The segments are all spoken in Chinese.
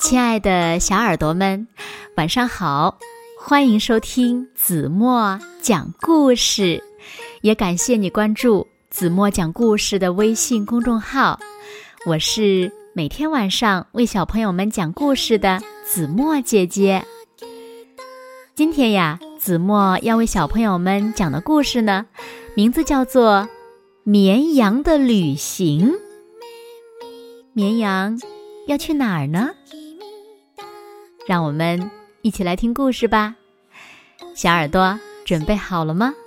亲爱的小耳朵们，晚上好，欢迎收听子墨讲故事，也感谢你关注子墨讲故事的微信公众号。我是每天晚上为小朋友们讲故事的子墨姐姐。今天呀，子墨要为小朋友们讲的故事呢，名字叫做绵羊的旅行。绵羊要去哪儿呢？让我们一起来听故事吧。小耳朵准备好了吗？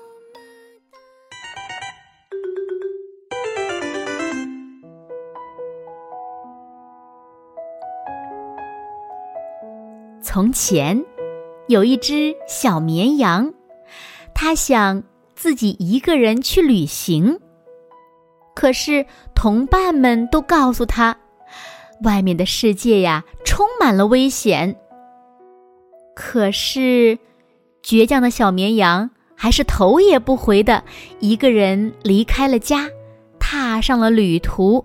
从前有一只小绵羊，它想自己一个人去旅行，可是同伴们都告诉它，外面的世界呀，充满了危险。可是倔强的小绵羊还是头也不回地一个人离开了家，踏上了旅途。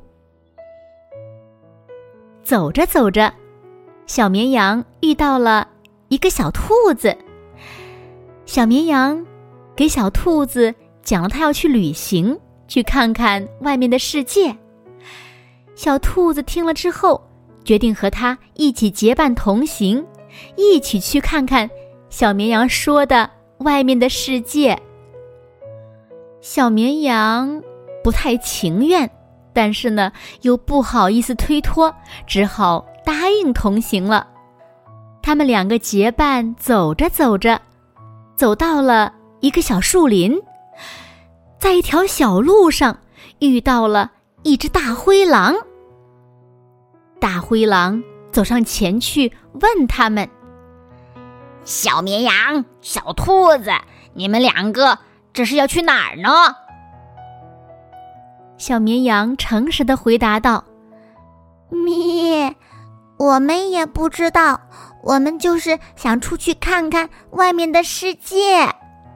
走着走着，小绵羊遇到了一个小兔子。小绵羊给小兔子讲了他要去旅行，去看看外面的世界。小兔子听了之后，决定和他一起结伴同行，一起去看看小绵羊说的外面的世界。小绵羊不太情愿，但是呢，又不好意思推脱，只好答应同行了。他们两个结伴走着走着，走到了一个小树林，在一条小路上遇到了一只大灰狼。大灰狼走上前去问他们， 小绵羊、小兔子，你们两个这是要去哪儿呢？ 小绵羊诚实地回答道， 咩，我们也不知道，我们就是想出去看看外面的世界。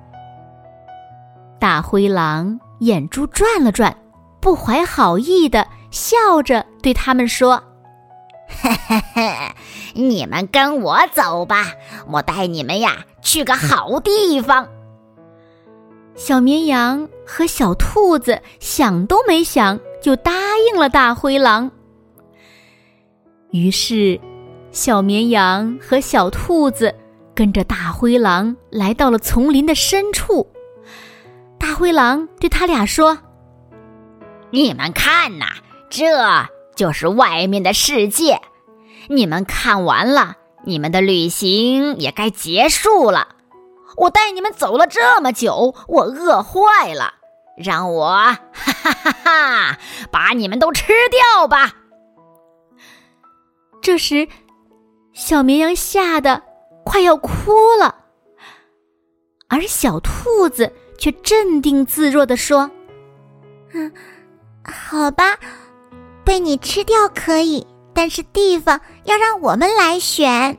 大灰狼眼珠转了转，不怀好意地笑着对他们说， 嘿嘿嘿，你们跟我走吧，我带你们呀去个好地方。 小绵羊和小兔子想都没想就答应了大灰狼。于是小绵羊和小兔子跟着大灰狼来到了丛林的深处。大灰狼对他俩说， 你们看呐，这就是外面的世界，你们看完了，你们的旅行也该结束了。我带你们走了这么久，我饿坏了，让我哈哈哈哈把你们都吃掉吧。 这时小绵羊吓得快要哭了，而小兔子却镇定自若地说， 好吧，被你吃掉可以，但是地方要让我们来选。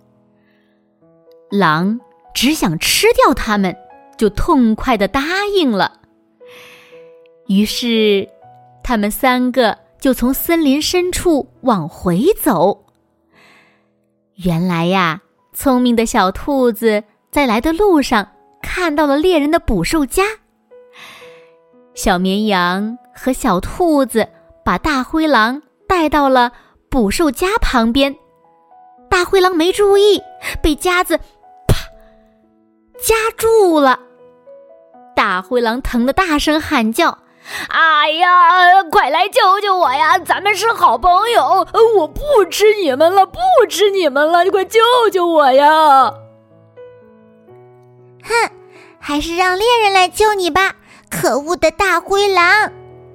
狼只想吃掉它们，就痛快地答应了。于是他们三个就从森林深处往回走。原来呀，聪明的小兔子在来的路上看到了猎人的捕兽夹。小绵羊和小兔子把大灰狼带到了捕兽夹旁边，大灰狼没注意，被夹子啪夹住了。大灰狼疼得大声喊叫， 哎呀，快来救救我呀，咱们是好朋友，我不吃你们了，不吃你们了，你快救救我呀。 哼，还是让猎人来救你吧，可恶的大灰狼。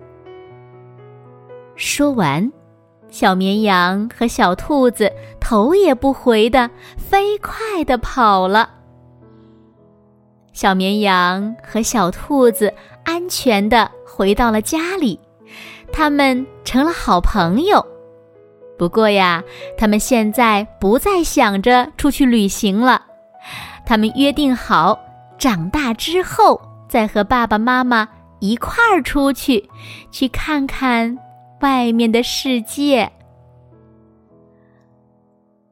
说完，小绵羊和小兔子头也不回地飞快地跑了。小绵羊和小兔子安全地回到了家里，他们成了好朋友。不过呀，他们现在不再想着出去旅行了，他们约定好，长大之后再和爸爸妈妈一块儿出去，去看看外面的世界。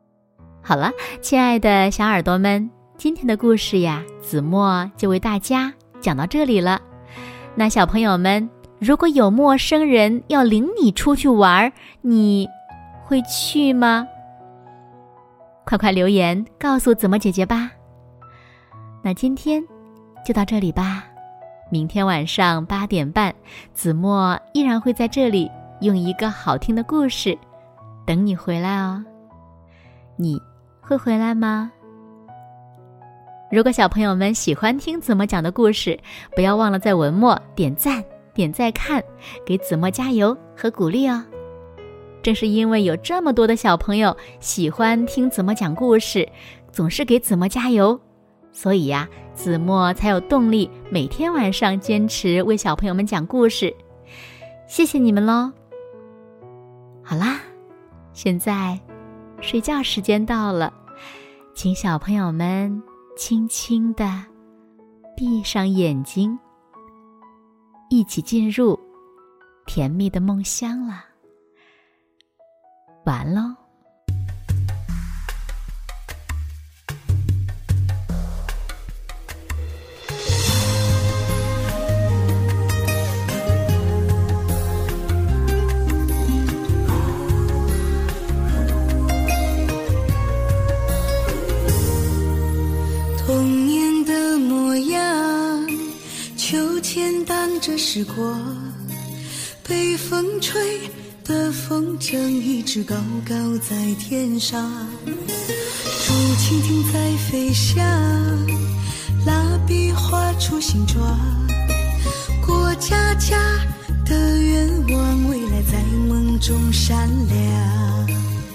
好了，亲爱的小耳朵们，今天的故事呀，子墨就为大家讲到这里了。那小朋友们，如果有陌生人要领你出去玩，你会去吗？快快留言告诉子墨姐姐吧。那今天就到这里吧，明天晚上8点半，子墨依然会在这里用一个好听的故事等你回来哦。你会回来吗？如果小朋友们喜欢听子墨讲的故事，不要忘了在文末点赞、点再看，给子墨加油和鼓励哦。正是因为有这么多的小朋友喜欢听子墨讲故事，总是给子墨加油，所以呀，子墨才有动力每天晚上坚持为小朋友们讲故事。谢谢你们咯。好啦，现在睡觉时间到了，请小朋友们轻轻地闭上眼睛，一起进入甜蜜的梦乡了。晚安喽。 童年的模样，秋千荡着时光，被风吹的风筝一直高高在天上，竹蜻蜓在飞翔，蜡笔画出形状，过家家的愿望，未来在梦中闪亮。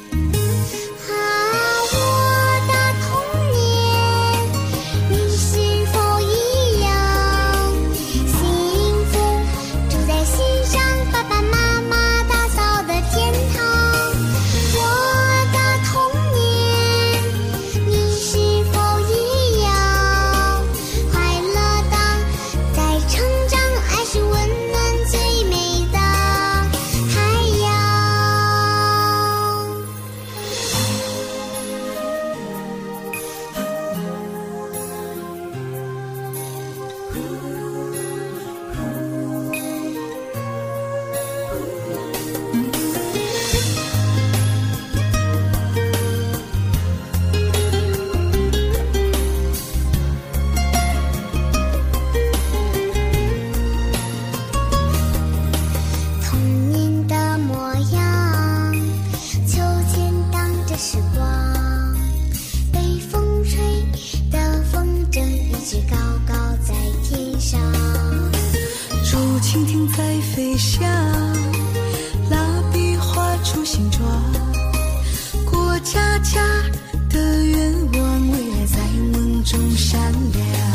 蜻蜓在飞翔，蜡笔画出形状，过家家的愿望，未来在梦中闪亮。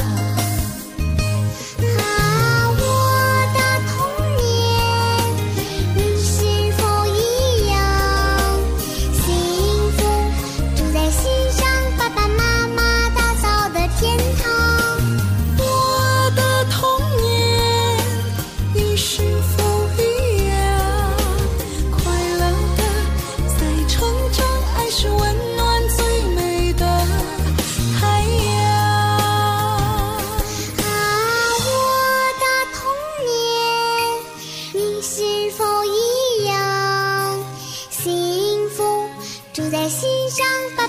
住在心上。